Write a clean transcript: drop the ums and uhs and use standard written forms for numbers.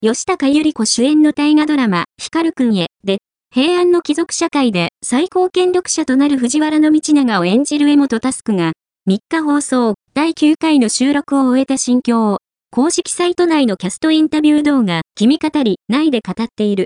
吉高由里子主演の大河ドラマ、光くんへ、で、平安の貴族社会で最高権力者となる藤原道長を演じる江本佑が、3日放送、第9回の収録を終えた心境を、公式サイト内のキャストインタビュー動画、君語り、内で語っている。